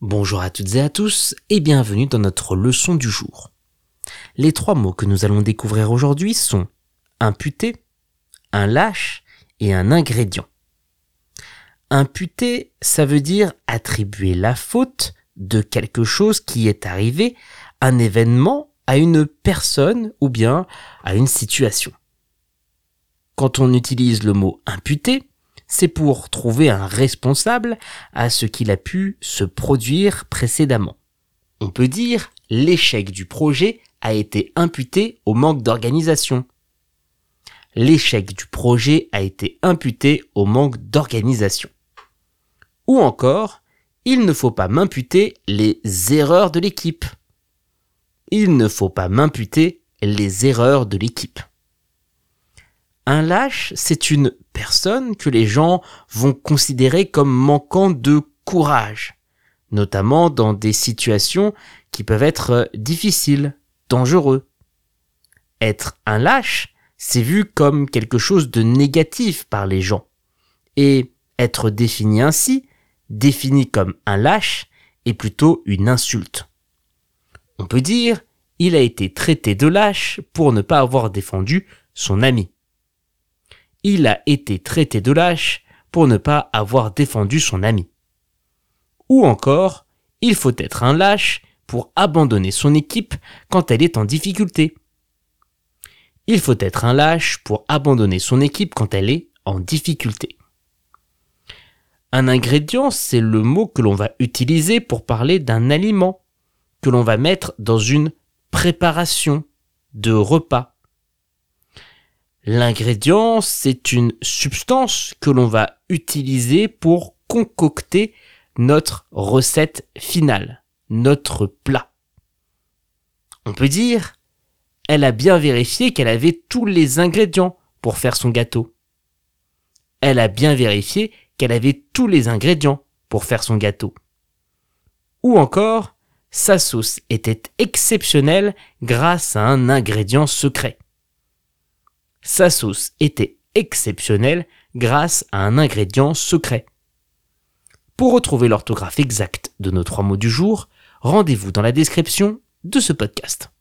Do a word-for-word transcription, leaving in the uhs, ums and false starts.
Bonjour à toutes et à tous et bienvenue dans notre leçon du jour. Les trois mots que nous allons découvrir aujourd'hui sont imputer, un lâche et un ingrédient. Imputer, ça veut dire attribuer la faute de quelque chose qui est arrivé, un événement, à une personne ou bien à une situation. Quand on utilise le mot imputer, c'est pour trouver un responsable à ce qu'il a pu se produire précédemment. On peut dire l'échec du projet a été imputé au manque d'organisation. L'échec du projet a été imputé au manque d'organisation. Ou encore, il ne faut pas m'imputer les erreurs de l'équipe. Il ne faut pas m'imputer les erreurs de l'équipe. Un lâche, c'est une personne que les gens vont considérer comme manquant de courage, notamment dans des situations qui peuvent être difficiles, dangereuses. Être un lâche, c'est vu comme quelque chose de négatif par les gens. Et être défini ainsi, défini comme un lâche, est plutôt une insulte. On peut dire, il a été traité de lâche pour ne pas avoir défendu son ami. Il a été traité de lâche pour ne pas avoir défendu son ami. Ou encore, il faut être un lâche pour abandonner son équipe quand elle est en difficulté. Il faut être un lâche pour abandonner son équipe quand elle est en difficulté. Un ingrédient, c'est le mot que l'on va utiliser pour parler d'un aliment que l'on va mettre dans une préparation de repas. L'ingrédient, c'est une substance que l'on va utiliser pour concocter notre recette finale, notre plat. On peut dire, elle a bien vérifié qu'elle avait tous les ingrédients pour faire son gâteau. Elle a bien vérifié qu'elle avait tous les ingrédients pour faire son gâteau. Ou encore, sa sauce était exceptionnelle grâce à un ingrédient secret. Sa sauce était exceptionnelle grâce à un ingrédient secret. Pour retrouver l'orthographe exacte de nos trois mots du jour, rendez-vous dans la description de ce podcast.